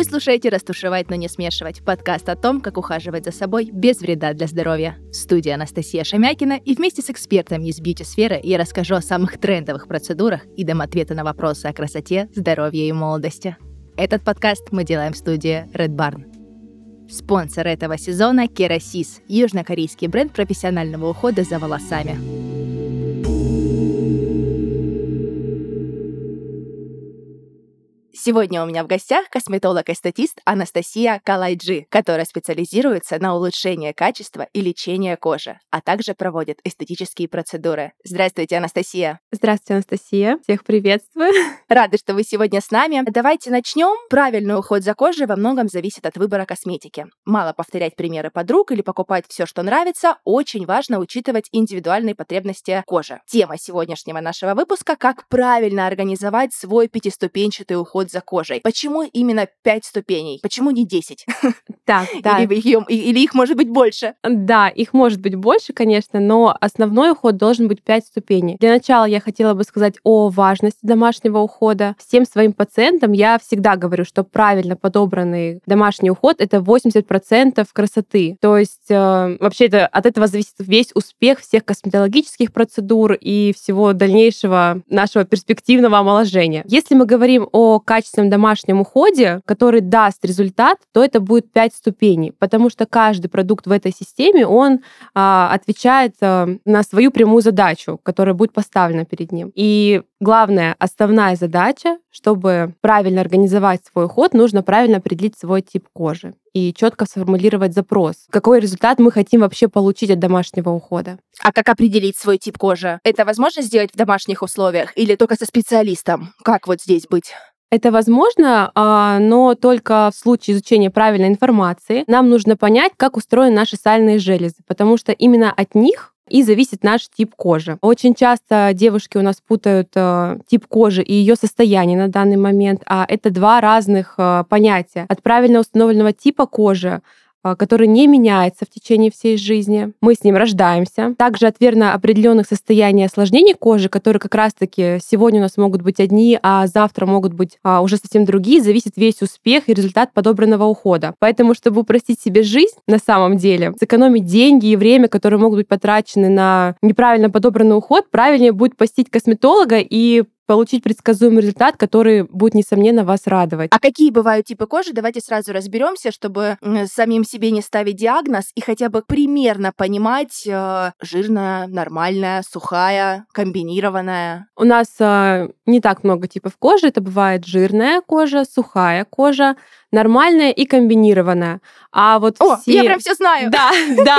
слушаете «Растушевать, но не смешивать» — подкаст о том, как ухаживать за собой без вреда для здоровья. В студии Анастасия Шамякина, и вместе с экспертами из бьюти-сферы я расскажу о самых трендовых процедурах и дам ответы на вопросы о красоте, здоровье и молодости. Этот подкаст мы делаем в студии Red Barn. Спонсор этого сезона — Kerasis, южнокорейский бренд профессионального ухода за волосами. Сегодня у меня в гостях косметолог-эстетист Анастасия Калайджи, которая специализируется на улучшении качества и лечении кожи, а также проводит эстетические процедуры. Здравствуйте, Анастасия. Здравствуйте, Анастасия. Всех приветствую. Рада, что вы сегодня с нами. Давайте начнем. Правильный уход за кожей во многом зависит от выбора косметики. Мало повторять примеры подруг или покупать все, что нравится. Очень важно учитывать индивидуальные потребности кожи. Тема сегодняшнего нашего выпуска — как правильно организовать свой пятиступенчатый уход за кожей. Почему именно 5 ступеней? Почему не 10? Да. Или их может быть больше? Да, их может быть больше, конечно, но основной уход должен быть 5 ступеней. Для начала я хотела бы сказать о важности домашнего ухода. Всем своим пациентам я всегда говорю, что правильно подобранный домашний уход — это 80% красоты. То есть вообще от этого зависит весь успех всех косметологических процедур и всего дальнейшего нашего перспективного омоложения. Если мы говорим о качественном домашнем уходе, который даст результат, то это будет 5 ступеней, потому что каждый продукт в этой системе, он отвечает на свою прямую задачу, которая будет поставлена перед ним. И главная, основная задача, чтобы правильно организовать свой уход, нужно правильно определить свой тип кожи и четко сформулировать запрос, какой результат мы хотим вообще получить от домашнего ухода. А как определить свой тип кожи? Это возможно сделать в домашних условиях или только со специалистом? Как вот здесь быть? Это возможно, но только в случае изучения правильной информации. Нам нужно понять, как устроены наши сальные железы, потому что именно от них и зависит наш тип кожи. Очень часто девушки у нас путают тип кожи и ее состояние на данный момент, а это два разных понятия. От правильно установленного типа кожи, который не меняется в течение всей жизни. Мы с ним рождаемся. Также от верно определенных состояний и осложнений кожи, которые как раз-таки сегодня у нас могут быть одни, а завтра могут быть уже совсем другие, зависит весь успех и результат подобранного ухода. Поэтому, чтобы упростить себе жизнь на самом деле, сэкономить деньги и время, которые могут быть потрачены на неправильно подобранный уход, правильнее будет посетить косметолога и получить предсказуемый результат, который будет, несомненно, вас радовать. А какие бывают типы кожи? Давайте сразу разберемся, чтобы самим себе не ставить диагноз и хотя бы примерно понимать, жирная, нормальная, сухая, комбинированная. У нас не так много типов кожи. Это бывает жирная кожа, сухая кожа, нормальная и комбинированная. А вот все... я прям все знаю! Да,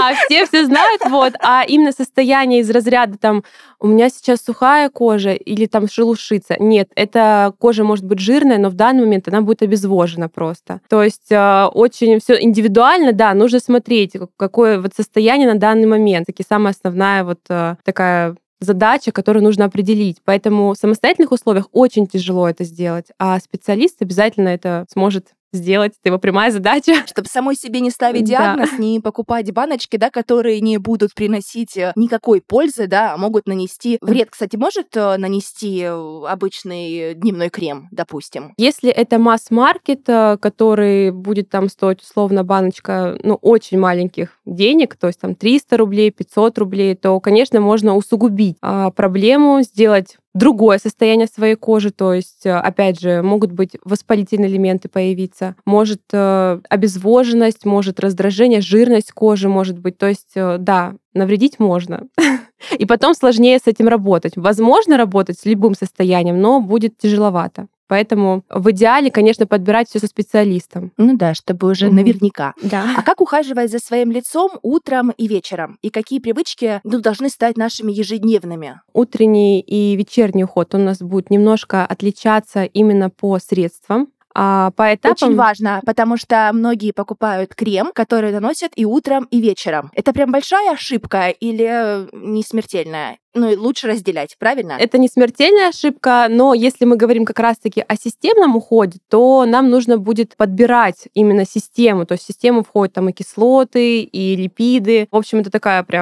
все знают, вот. А именно состояние из разряда там у меня сейчас сухая кожа или там шелушится. Нет, эта кожа может быть жирная, но в данный момент она будет обезвожена просто. То есть очень все индивидуально, да, нужно смотреть, какое вот состояние на данный момент. Таки самая основная вот такая задача, которую нужно определить. Поэтому в самостоятельных условиях очень тяжело это сделать, а специалист обязательно это сможет сделать. Это его прямая задача. Чтобы самой себе не ставить диагноз, не покупать баночки, да, которые не будут приносить никакой пользы, да, а могут нанести вред. Кстати, может нанести обычный дневной крем, допустим? Если это масс-маркет, который будет там стоить условно баночка, очень маленьких денег, то есть там 300 рублей, 500 рублей, то, конечно, можно усугубить проблему, сделать другое состояние своей кожи, то есть, опять же, могут быть воспалительные элементы появиться, может обезвоженность, может раздражение, жирность кожи может быть, то есть, да, навредить можно. И потом сложнее с этим работать. Возможно работать с любым состоянием, но будет тяжеловато. Поэтому в идеале, конечно, подбирать все со специалистом. Ну да, чтобы уже наверняка. Да. А как ухаживать за своим лицом утром и вечером? И какие привычки должны стать нашими ежедневными? Утренний и вечерний уход у нас будет немножко отличаться именно по средствам. По этапам... Очень важно, потому что многие покупают крем, который наносят и утром, и вечером. Это прям большая ошибка или не смертельная? И лучше разделять, правильно? Это не смертельная ошибка, но если мы говорим как раз-таки о системном уходе, то нам нужно будет подбирать именно систему. То есть в систему входят там и кислоты, и липиды. В общем, это такая прям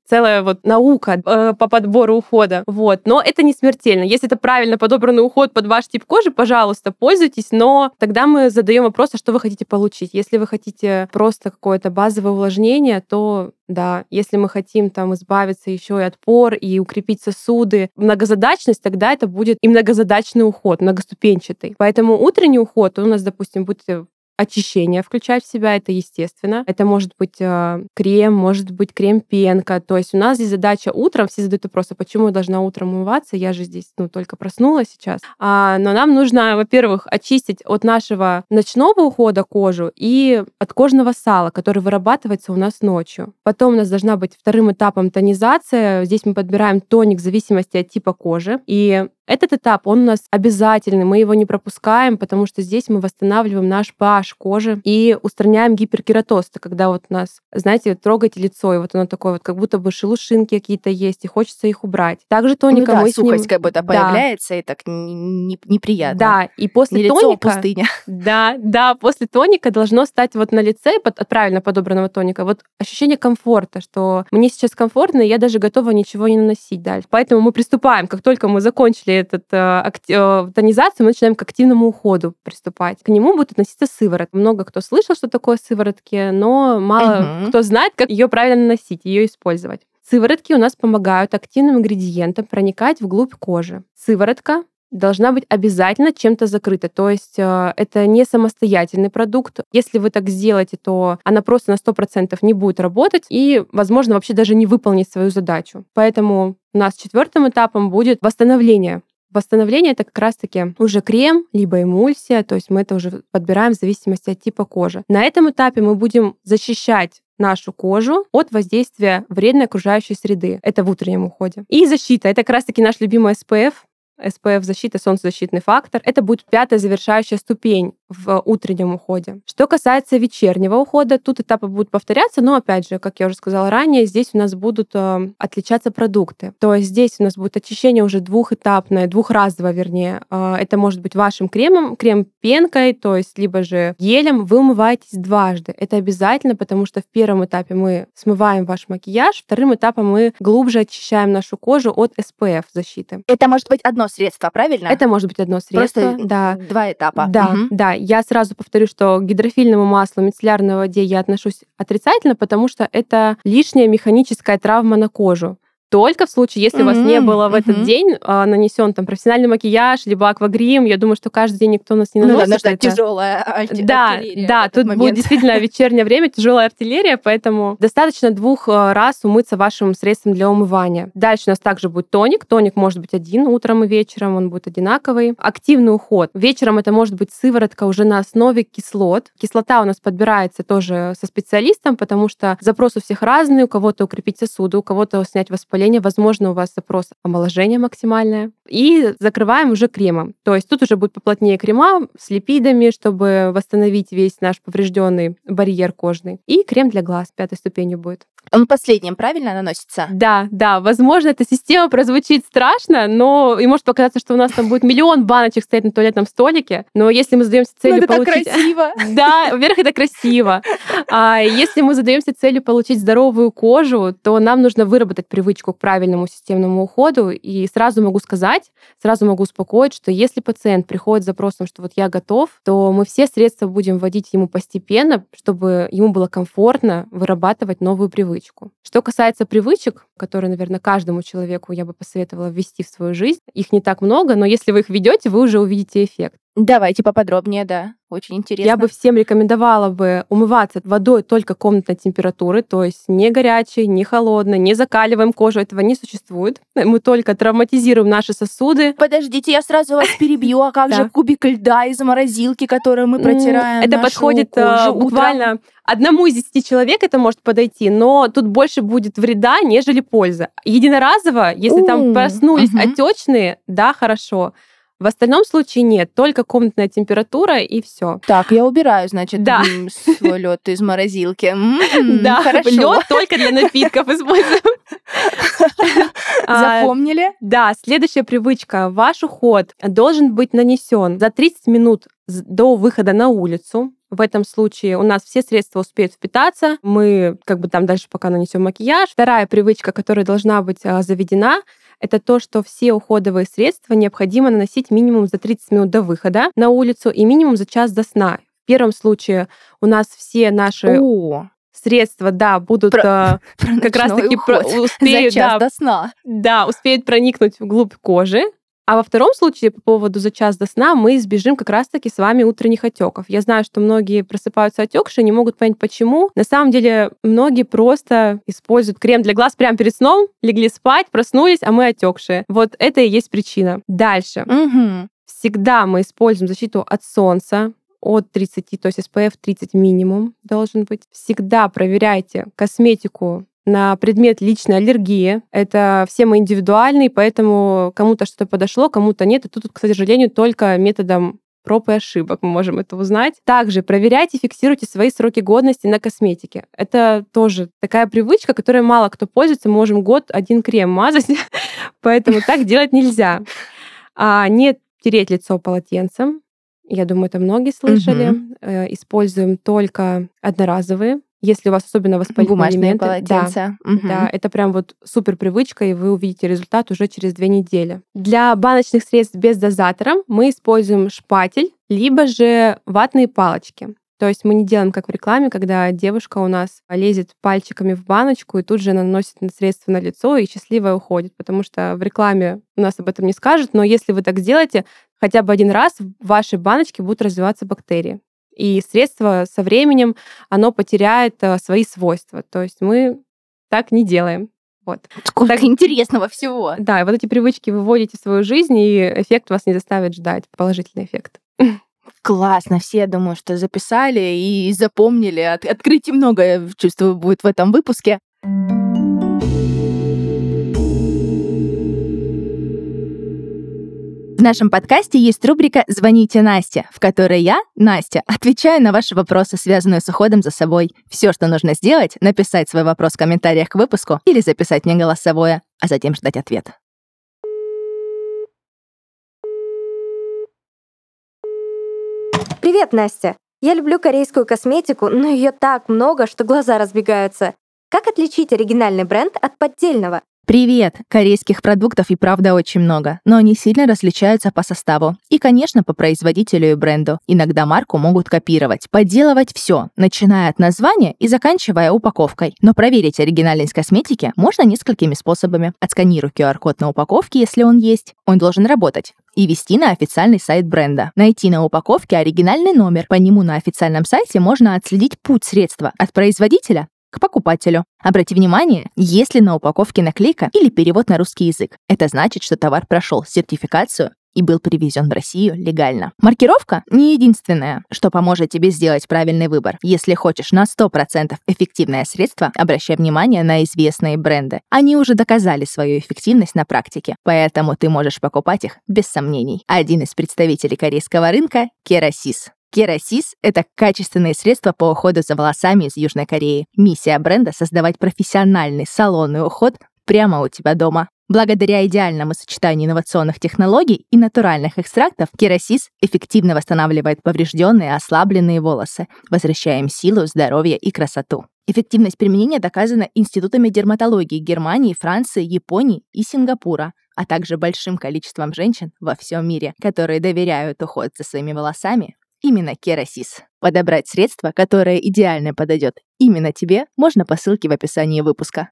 целая вот наука по подбору ухода. Вот. Но это не смертельно. Если это правильно подобранный уход под ваш тип кожи, пожалуйста, пользуйтесь, но тогда мы задаем вопрос, а что вы хотите получить. Если вы хотите просто какое-то базовое увлажнение, то да, если мы хотим там избавиться еще и от пор, и укрепить сосуды, многозадачность, тогда это будет и многозадачный уход, многоступенчатый. Поэтому утренний уход, он у нас, допустим, будет очищение включать в себя, это естественно. Это может быть крем, может быть крем-пенка. То есть у нас здесь задача утром, все задают вопрос, а почему я должна утром умываться? Я же здесь только проснулась сейчас. Но нам нужно, во-первых, очистить от нашего ночного ухода кожу и от кожного сала, который вырабатывается у нас ночью. Потом у нас должна быть вторым этапом тонизация. Здесь мы подбираем тоник в зависимости от типа кожи. И этот этап, он у нас обязательный, мы его не пропускаем, потому что здесь мы восстанавливаем наш pH кожи и устраняем гиперкератоз. Это когда вот у нас, знаете, трогаете лицо, и вот оно такое вот, как будто бы шелушинки какие-то есть, и хочется их убрать. Также тоником мы сухость как будто появляется, и так неприятно. Да, и после не тоника... лицо, пустыня. Да, после тоника должно стать вот на лице, от правильно подобранного тоника, вот ощущение комфорта, что мне сейчас комфортно, и я даже готова ничего не наносить дальше. Поэтому мы приступаем, как только мы закончили тонизацию, мы начинаем к активному уходу приступать. К нему будет относиться сыворотка. Много кто слышал, что такое сыворотки, но мало кто знает, как ее правильно наносить, ее использовать. Сыворотки у нас помогают активным ингредиентам проникать вглубь кожи. Сыворотка должна быть обязательно чем-то закрыта. То есть это не самостоятельный продукт. Если вы так сделаете, то она просто на 100% не будет работать и, возможно, вообще даже не выполнит свою задачу. Поэтому у нас 4-м этапом будет восстановление. Восстановление — это как раз-таки уже крем, либо эмульсия, то есть мы это уже подбираем в зависимости от типа кожи. На этом этапе мы будем защищать нашу кожу от воздействия вредной окружающей среды. Это в утреннем уходе. И защита — это как раз-таки наш любимый SPF. SPF-защита, солнцезащитный фактор. Это будет 5-я завершающая ступень в утреннем уходе. Что касается вечернего ухода, тут этапы будут повторяться, но, опять же, как я уже сказала ранее, здесь у нас будут отличаться продукты. То есть здесь у нас будет очищение уже двухэтапное, двухразовое, вернее. Это может быть вашим кремом, крем-пенкой, то есть либо же гелем. Вы умываетесь дважды. Это обязательно, потому что в первом этапе мы смываем ваш макияж, вторым этапом мы глубже очищаем нашу кожу от SPF-защиты. Это может быть одно средство, правильно? Это может быть одно средство. Просто да. 2 этапа. Да. Я сразу повторю, что к гидрофильному маслу, мицеллярной воде я отношусь отрицательно, потому что это лишняя механическая травма на кожу. Только в случае, если у вас не было в этот день нанесен там профессиональный макияж, либо аквагрим, я думаю, что каждый день никто нас не наносит. Это тяжелая артиллерия. Да, тут будет действительно вечернее время, тяжелая артиллерия, поэтому достаточно 2 раз умыться вашим средством для умывания. Дальше у нас также будет тоник. Тоник может быть один утром и вечером, он будет одинаковый. Активный уход. Вечером это может быть сыворотка уже на основе кислот. Кислота у нас подбирается тоже со специалистом, потому что запросы у всех разные. У кого-то укрепить сосуды, у кого-то снять воспаление. Возможно, у вас запрос омоложения максимальное. И закрываем уже кремом. То есть тут уже будет поплотнее крема с липидами, чтобы восстановить весь наш поврежденный барьер кожный. И крем для глаз 5-й ступенью будет. Он последним, правильно, наносится? Да. Возможно, эта система прозвучит страшно, но и может показаться, что у нас там будет миллион баночек стоять на туалетном столике. Но если мы задаемся целью получить... Это красиво. Да, во-первых, это красиво. А если мы задаемся целью получить здоровую кожу, то нам нужно выработать привычку к правильному системному уходу. И сразу могу успокоить, что если пациент приходит с запросом, что вот я готов, то мы все средства будем вводить ему постепенно, чтобы ему было комфортно вырабатывать новую привычку. Что касается привычек, которые, наверное, каждому человеку я бы посоветовала ввести в свою жизнь, их не так много, но если вы их ведете, вы уже увидите эффект. Давайте поподробнее, да. Очень интересно. Я бы всем рекомендовала бы умываться водой только комнатной температуры, то есть не горячей, не холодной, не закаливаем кожу, этого не существует. Мы только травматизируем наши сосуды. Подождите, я сразу вас перебью. А как же кубик льда из морозилки, который мы протираем Это подходит буквально одному из 10 человек это может подойти, но тут больше будет вреда, нежели польза. Единоразово, если там проснулись отечные, да, хорошо. В остальном случае нет, только комнатная температура и все. Так, я убираю, значит, свой лед из морозилки. Да, лед только для напитков используем. Запомнили? Да, следующая привычка. Ваш уход должен быть нанесен за 30 минут до выхода на улицу. В этом случае у нас все средства успеют впитаться, мы там дальше пока нанесем макияж. Вторая привычка, которая должна быть заведена, это то, что все уходовые средства необходимо наносить минимум за 30 минут до выхода на улицу и минимум за час до сна. В первом случае у нас все наши средства, будут как раз-таки успеют за час до сна. Да, успеют проникнуть вглубь кожи. А во втором случае, по поводу за час до сна, мы избежим как раз-таки с вами утренних отеков. Я знаю, что многие просыпаются отекшие, не могут понять, почему. На самом деле, многие просто используют крем для глаз прямо перед сном, легли спать, проснулись, а мы отекшие. Вот это и есть причина. Дальше. Всегда мы используем защиту от солнца, от 30, то есть SPF 30 минимум должен быть. Всегда проверяйте косметику на предмет личной аллергии. Это все мы индивидуальные, поэтому кому-то что-то подошло, кому-то нет. И тут, к сожалению, только методом проб и ошибок мы можем это узнать. Также проверяйте, фиксируйте свои сроки годности на косметике. Это тоже такая привычка, которой мало кто пользуется. Мы можем год один крем мазать, поэтому так делать нельзя. Не тереть лицо полотенцем. Я думаю, это многие слышали. Используем только одноразовые. Если у вас особенно воспалительные элементы. Полотенца. Да, это прям супер привычка, и вы увидите результат уже через 2 недели. Для баночных средств без дозатора мы используем шпатель, либо же ватные палочки. То есть мы не делаем, как в рекламе, когда девушка у нас лезет пальчиками в баночку и тут же наносит средство на лицо и счастливо уходит, потому что в рекламе у нас об этом не скажут, но если вы так сделаете, хотя бы один раз в вашей баночке будут развиваться бактерии. И средство со временем, оно потеряет свои свойства. То есть мы так не делаем. Сколько интересного всего. Да, и эти привычки вы вводите в свою жизнь, и эффект вас не заставит ждать, положительный эффект. Классно, все, думаю, что записали и запомнили. Открытий много, я чувствую, будет в этом выпуске. В нашем подкасте есть рубрика «Звоните Насте», в которой я, Настя, отвечаю на ваши вопросы, связанные с уходом за собой. Все, что нужно сделать, написать свой вопрос в комментариях к выпуску или записать мне голосовое, а затем ждать ответа. Привет, Настя! Я люблю корейскую косметику, но ее так много, что глаза разбегаются. Как отличить оригинальный бренд от поддельного? Привет! Корейских продуктов и правда очень много, но они сильно различаются по составу. И, конечно, по производителю и бренду. Иногда марку могут копировать, подделывать все, начиная от названия и заканчивая упаковкой. Но проверить оригинальность косметики можно несколькими способами. Отсканируй QR-код на упаковке, если он есть. Он должен работать. И ввести на официальный сайт бренда. Найти на упаковке оригинальный номер. По нему на официальном сайте можно отследить путь средства от производителя к покупателю. Обрати внимание, есть ли на упаковке наклейка или перевод на русский язык. Это значит, что товар прошел сертификацию и был привезен в Россию легально. Маркировка не единственное, что поможет тебе сделать правильный выбор. Если хочешь на 100% эффективное средство, обращай внимание на известные бренды. Они уже доказали свою эффективность на практике, поэтому ты можешь покупать их без сомнений. Один из представителей корейского рынка — Kerasys. Kerasys — это качественные средства по уходу за волосами из Южной Кореи. Миссия бренда — создавать профессиональный салонный уход прямо у тебя дома. Благодаря идеальному сочетанию инновационных технологий и натуральных экстрактов, Kerasys эффективно восстанавливает поврежденные и ослабленные волосы, возвращая им силу, здоровье и красоту. Эффективность применения доказана институтами дерматологии Германии, Франции, Японии и Сингапура, а также большим количеством женщин во всем мире, которые доверяют уход за своими волосами именно Kerasys. Подобрать средство, которое идеально подойдет именно тебе, можно по ссылке в описании выпуска.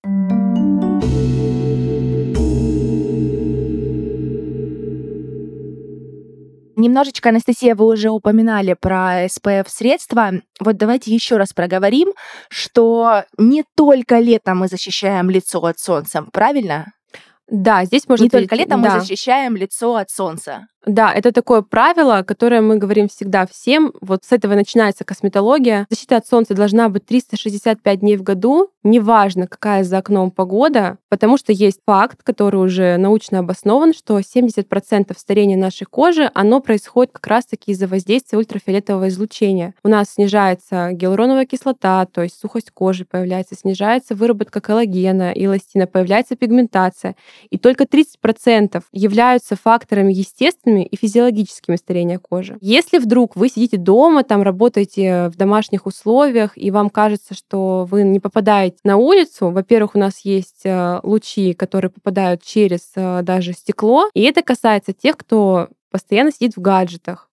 Немножечко, Анастасия, вы уже упоминали про SPF-средства. Вот давайте еще раз проговорим, что не только летом мы защищаем лицо от солнца, правильно? Да, здесь можно... Не только летом мы защищаем лицо от солнца. Да, это такое правило, которое мы говорим всегда всем. Вот с этого начинается косметология. Защита от солнца должна быть 365 дней в году, неважно, какая за окном погода, потому что есть факт, который уже научно обоснован, что 70% старения нашей кожи, оно происходит как раз-таки из-за воздействия ультрафиолетового излучения. У нас снижается гиалуроновая кислота, то есть сухость кожи появляется, снижается выработка коллагена, эластина, появляется пигментация. И только 30% являются факторами естественными, биологическими и физиологическими старения кожи. Если вдруг вы сидите дома, там работаете в домашних условиях, и вам кажется, что вы не попадаете на улицу, во-первых, у нас есть лучи, которые попадают через даже стекло, и это касается тех, кто постоянно сидит в гаджетах.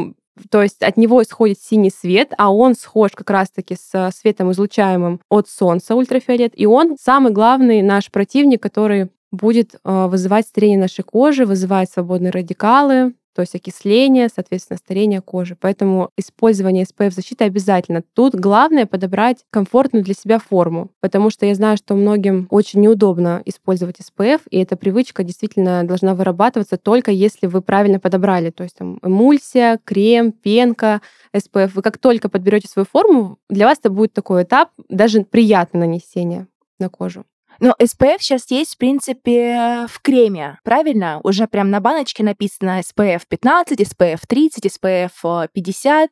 То есть от него исходит синий свет, а он схож как раз-таки с светом, излучаемым от солнца, ультрафиолет, и он самый главный наш противник, который будет вызывать старение нашей кожи, вызывать свободные радикалы, то есть окисление, соответственно, старение кожи. Поэтому использование SPF-защиты обязательно. Тут главное подобрать комфортную для себя форму, потому что я знаю, что многим очень неудобно использовать SPF, и эта привычка действительно должна вырабатываться только если вы правильно подобрали. То есть там эмульсия, крем, пенка, SPF. Вы как только подберете свою форму, для вас это будет такой этап, даже приятное нанесение на кожу. Но SPF сейчас есть, в принципе, в креме, правильно? Уже прям на баночке написано SPF 15, SPF 30, SPF 50.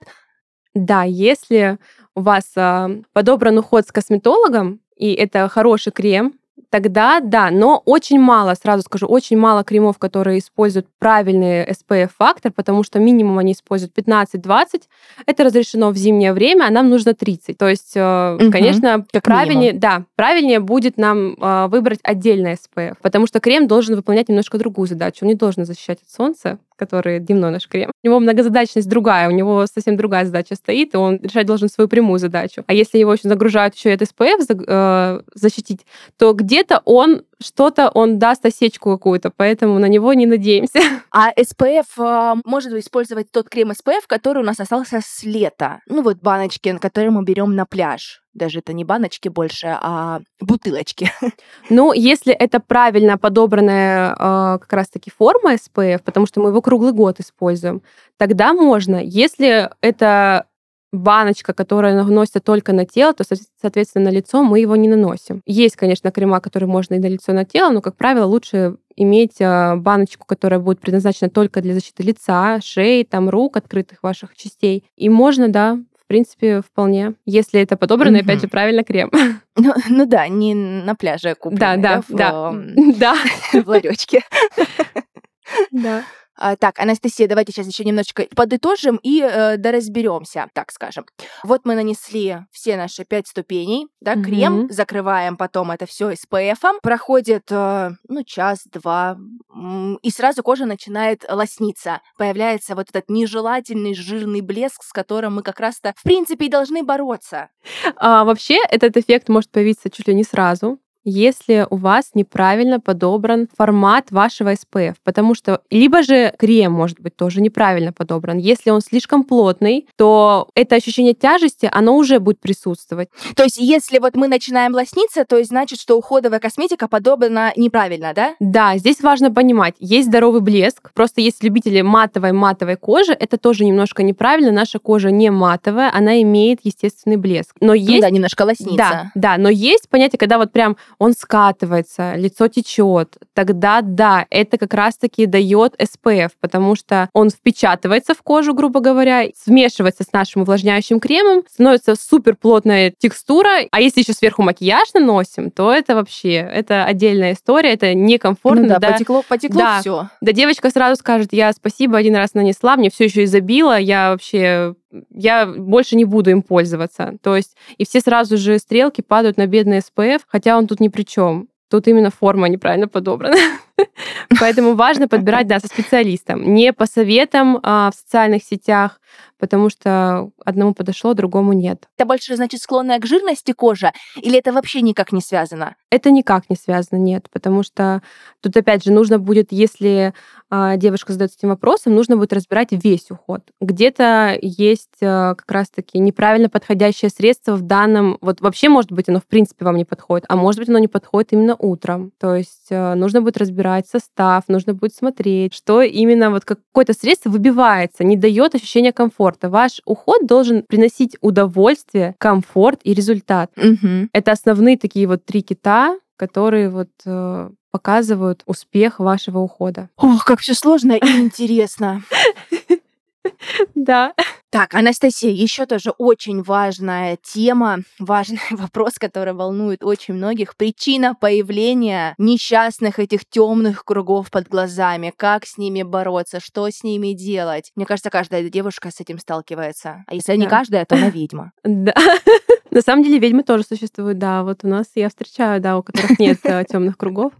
Да, если у вас подобран уход с косметологом, и это хороший крем, тогда да, но очень мало, сразу скажу, очень мало кремов, которые используют правильный SPF-фактор, потому что минимум они используют 15-20. Это разрешено в зимнее время, а нам нужно 30. То есть, конечно, правильнее будет нам выбрать отдельный SPF, потому что крем должен выполнять немножко другую задачу. Он не должен защищать от солнца, который дневной наш крем. У него многозадачность другая, у него совсем другая задача стоит, и он решать должен свою прямую задачу. А если его еще загружают еще и от SPF защитить, то где-то он даст осечку какую-то, поэтому на него не надеемся. А SPF может использовать тот крем SPF, который у нас остался с лета. Ну вот баночки, которые мы берем на пляж. Даже это не баночки больше, а бутылочки. Ну, если это правильно подобранная как раз-таки форма SPF, потому что мы его круглый год используем, тогда можно. Если это баночка, которая наносится только на тело, то, соответственно, на лицо мы его не наносим. Есть, конечно, крема, которые можно и на лицо, и на тело, но, как правило, лучше иметь баночку, которая будет предназначена только для защиты лица, шеи, там, рук, открытых ваших частей. И можно, да, в принципе, вполне, если это подобранный, опять же, правильно крем. Ну да, не на пляже купленный, в ларёчке. Да. Так, Анастасия, давайте сейчас еще немножечко подытожим и доразберемся, так скажем. Вот мы нанесли все наши 5 ступеней, да, крем, закрываем потом это все SPF-ом, проходит, час-два, и сразу кожа начинает лосниться. Появляется вот этот нежелательный жирный блеск, с которым мы как раз-то, в принципе, и должны бороться. Вообще, этот эффект может появиться чуть ли не сразу, если у вас неправильно подобран формат вашего SPF, потому что либо же крем может быть тоже неправильно подобран. Если он слишком плотный, то это ощущение тяжести, оно уже будет присутствовать. То есть если вот мы начинаем лосниться, то есть значит, что уходовая косметика подобрана неправильно, да? Да, здесь важно понимать, есть здоровый блеск, просто есть любители матовой кожи, это тоже немножко неправильно, наша кожа не матовая, она имеет естественный блеск. Но есть... да, немножко лоснится. Да, но есть понятие, когда вот прям он скатывается, лицо течет, тогда да, это как раз-таки дает SPF, потому что он впечатывается в кожу, грубо говоря, смешивается с нашим увлажняющим кремом, становится супер плотная текстура, а если еще сверху макияж наносим, то это вообще, это отдельная история, это некомфортно. Потекло все. Да, девочка сразу скажет, я спасибо, один раз нанесла, мне все еще и забило, я больше не буду им пользоваться. То есть, и все сразу же стрелки падают на бедный SPF, хотя он тут ни при чем. Тут именно форма неправильно подобрана. Поэтому важно подбирать, со специалистом. Не по советам в социальных сетях, потому что одному подошло, другому нет. Это больше, значит, склонная к жирности кожа? Или это вообще никак не связано? Это никак не связано, нет. Потому что тут, опять же, нужно будет, если девушка задается этим вопросом, нужно будет разбирать весь уход. Где-то есть как раз-таки неправильно подходящее средство в данном... Вот вообще, может быть, оно в принципе вам не подходит, а может быть, оно не подходит именно утром. То есть нужно будет разбирать состав, нужно будет смотреть, что именно вот какое-то средство выбивается, не дает ощущения комфорта. Ваш уход должен приносить удовольствие, комфорт и результат. Это основные такие вот 3 кита, которые вот показывают успех вашего ухода. Ох, как все сложно и интересно. Да. Так, Анастасия, еще тоже очень важная тема, важный вопрос, который волнует очень многих. Причина появления несчастных этих темных кругов под глазами. Как с ними бороться, что с ними делать? Мне кажется, каждая девушка с этим сталкивается. А если не Да. каждая, то она ведьма. Да. На самом деле ведьмы тоже существуют, да. Вот у нас я встречаю, да, у которых нет темных кругов.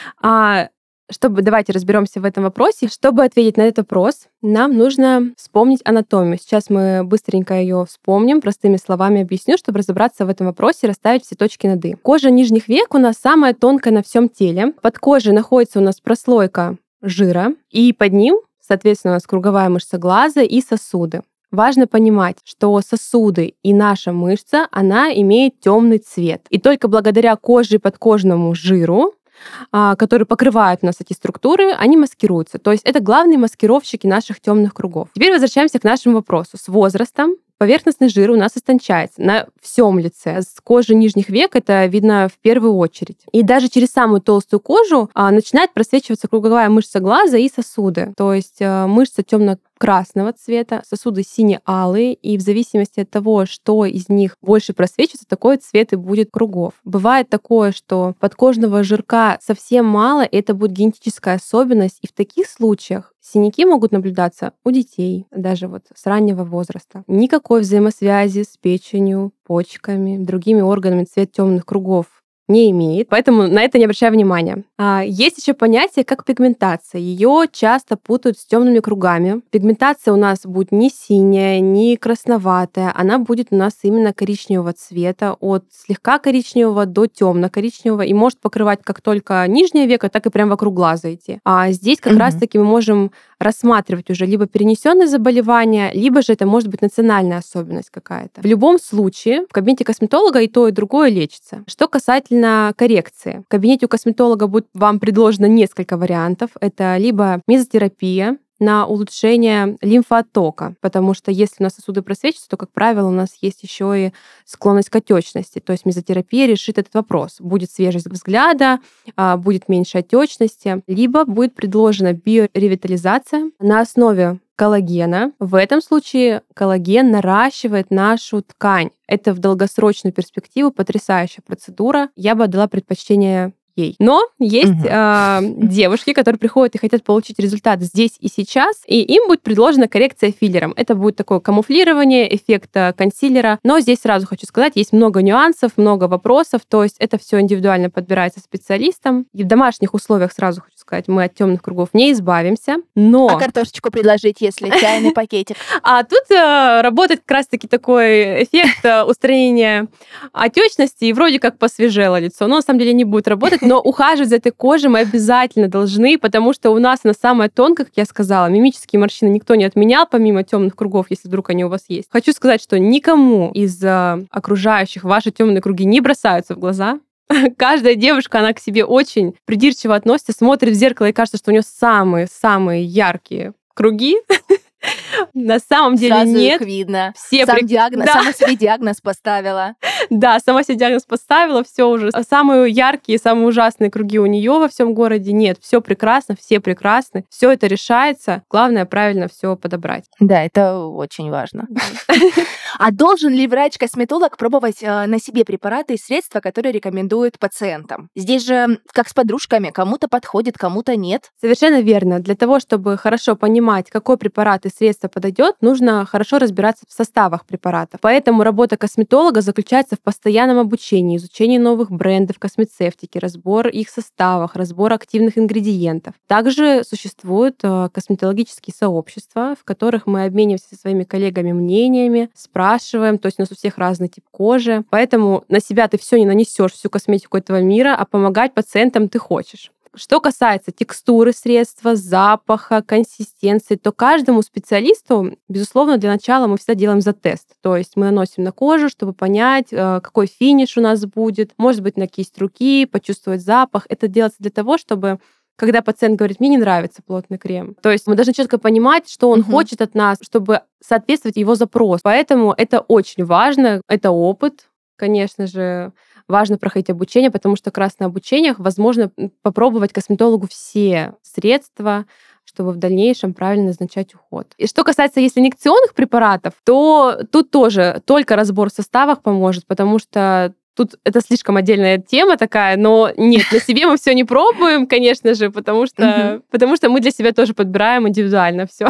Давайте разберемся в этом вопросе. Чтобы ответить на этот вопрос, нам нужно вспомнить анатомию. Сейчас мы быстренько ее вспомним, простыми словами объясню, чтобы разобраться в этом вопросе и расставить все точки над «и». Кожа нижних век у нас самая тонкая на всем теле. Под кожей находится у нас прослойка жира, и под ним, соответственно, у нас круговая мышца глаза и сосуды. Важно понимать, что сосуды и наша мышца, она имеет темный цвет. И только благодаря коже и подкожному жиру, которые покрывают у нас эти структуры, они маскируются. То есть это главные маскировщики наших темных кругов. Теперь возвращаемся к нашему вопросу. С возрастом поверхностный жир у нас истончается на всем лице. С кожи нижних век это видно в первую очередь. И даже через самую толстую кожу начинает просвечиваться круговая мышца глаза и сосуды. То есть мышца темно-красного цвета, сосуды сине-алые, и в зависимости от того, что из них больше просвечивается, такой цвет и будет кругов. Бывает такое, что подкожного жирка совсем мало, и это будет генетическая особенность, и в таких случаях синяки могут наблюдаться у детей, даже вот с раннего возраста. Никакой взаимосвязи с печенью, почками, другими органами цвет темных кругов не имеет, поэтому на это не обращаю внимания. Есть еще понятие как пигментация. Ее часто путают с темными кругами. Пигментация у нас будет не синяя, не красноватая, она будет у нас именно коричневого цвета, от слегка коричневого до темно-коричневого, и может покрывать как только нижнее веко, так и прям вокруг глаза идти. А здесь как раз-таки мы можем рассматривать уже либо перенесенные заболевания, либо же это может быть национальная особенность какая-то. В любом случае, в кабинете косметолога и то, и другое лечится. Что касательно коррекции. В кабинете у косметолога будет вам предложено несколько вариантов. Это либо мезотерапия на улучшение лимфооттока, потому что если у нас сосуды просвечиваются, то, как правило, у нас есть еще и склонность к отечности. То есть мезотерапия решит этот вопрос. Будет свежесть взгляда, будет меньше отечности, либо будет предложена биоревитализация на основе коллагена. В этом случае коллаген наращивает нашу ткань. Это в долгосрочную перспективу потрясающая процедура. Я бы отдала предпочтение ей. Но есть девушки, которые приходят и хотят получить результат здесь и сейчас, и им будет предложена коррекция филлером. Это будет такое камуфлирование, эффект консилера. Но здесь сразу хочу сказать, есть много нюансов, много вопросов, то есть это все индивидуально подбирается специалистом. И в домашних условиях, сразу хочу сказать, мы от темных кругов не избавимся, но... А картошечку предложить, если чайный пакетик? А тут работает как раз-таки такой эффект устранения отечности, и вроде как посвежело лицо. Но на самом деле не будет работать, но ухаживать за этой кожей мы обязательно должны, потому что у нас она самая тонкая, как я сказала. Мимические морщины никто не отменял, помимо темных кругов, если вдруг они у вас есть. Хочу сказать, что никому из окружающих ваши темные круги не бросаются в глаза. Каждая девушка, она к себе очень придирчиво относится, смотрит в зеркало и кажется, что у нее самые-самые яркие круги. На самом деле сразу нет. Их видно. Все Сама себе диагноз поставила. Да, сама себе диагноз поставила, все уже. Самые яркие, самые ужасные круги у нее во всем городе нет. Все прекрасно, все прекрасны. Все это решается. Главное правильно все подобрать. Да, это очень важно. А должен ли врач-косметолог пробовать на себе препараты и средства, которые рекомендуют пациентам? Здесь же как с подружками, кому-то подходит, кому-то нет. Совершенно верно. Для того, чтобы хорошо понимать, какой препарат и средство подойдет, нужно хорошо разбираться в составах препаратов. Поэтому работа косметолога заключается в постоянном обучении, изучении новых брендов космецевтики, разбор их составах, разбор активных ингредиентов. Также существуют косметологические сообщества, в которых мы обмениваемся со своими коллегами мнениями, спрашиваем, то есть у нас у всех разный тип кожи, поэтому на себя ты все не нанесешь, всю косметику этого мира, а помогать пациентам ты хочешь. Что касается текстуры средства, запаха, консистенции, то каждому специалисту, безусловно, для начала мы всегда делаем затест. То есть мы наносим на кожу, чтобы понять, какой финиш у нас будет, может быть, на кисть руки, почувствовать запах. Это делается для того, чтобы когда пациент говорит, мне не нравится плотный крем. То есть мы должны четко понимать, что он хочет от нас, чтобы соответствовать его запросу. Поэтому это очень важно, это опыт, конечно же. Важно проходить обучение, потому что как раз на обучениях возможно попробовать косметологу все средства, чтобы в дальнейшем правильно назначать уход. И что касается если инъекционных препаратов, то тут тоже только разбор в составах поможет, потому что тут это слишком отдельная тема такая, но нет, на себе мы все не пробуем, конечно же, потому что мы для себя тоже подбираем индивидуально все.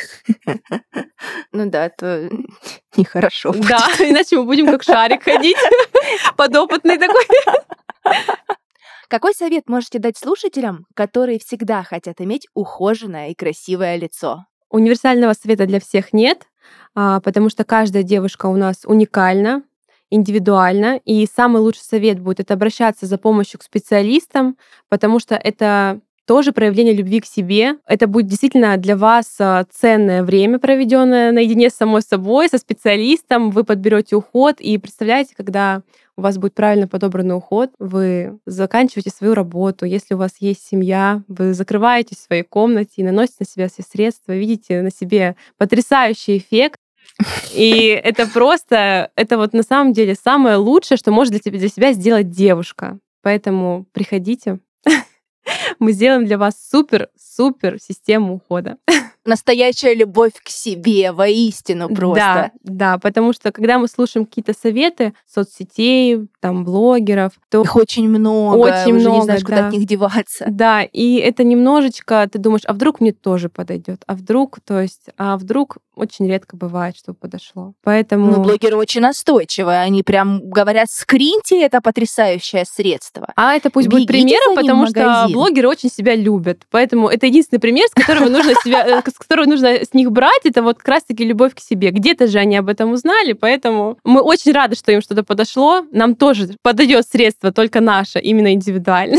Ну да, это нехорошо. Да, иначе мы будем как шарик ходить, подопытный такой. Какой совет можете дать слушателям, которые всегда хотят иметь ухоженное и красивое лицо? Универсального совета для всех нет, потому что каждая девушка у нас уникальна, индивидуально, и самый лучший совет будет это обращаться за помощью к специалистам, потому что это тоже проявление любви к себе. Это будет действительно для вас ценное время, проведенное наедине с самой собой, со специалистом. Вы подберете уход, и представляете, когда у вас будет правильно подобранный уход, вы заканчиваете свою работу. Если у вас есть семья, вы закрываетесь в своей комнате и наносите на себя все средства, видите на себе потрясающий эффект. И это просто, это вот на самом деле самое лучшее, что может для себя сделать девушка. Поэтому приходите, мы сделаем для вас супер систему ухода. Настоящая любовь к себе, воистину просто. Да, потому что когда мы слушаем какие-то советы соцсетей, там, блогеров, то их очень много, уже не знаешь, куда от них деваться. Да, и это немножечко, ты думаешь, а вдруг мне тоже подойдет, а вдруг очень редко бывает, что подошло. Поэтому... Ну, блогеры очень настойчивые, они прям говорят, скриньте это потрясающее средство. А это пусть будет примером, потому что блогеры очень себя любят. Поэтому это единственный пример, с которого нужно с них брать, это вот как раз-таки любовь к себе. Где-то же они об этом узнали, поэтому мы очень рады, что им что-то подошло. Нам тоже подойдет средство, только наше, именно индивидуальное.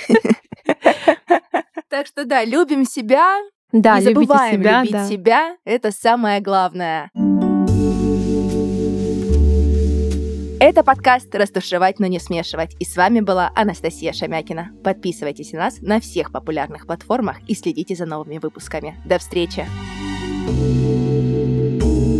Так что да, любим себя. Да, не забываем любить себя. Это самое главное. Это подкаст «Растушевать, но не смешивать». И с вами была Анастасия Шамякина. Подписывайтесь на нас на всех популярных платформах и следите за новыми выпусками. До встречи!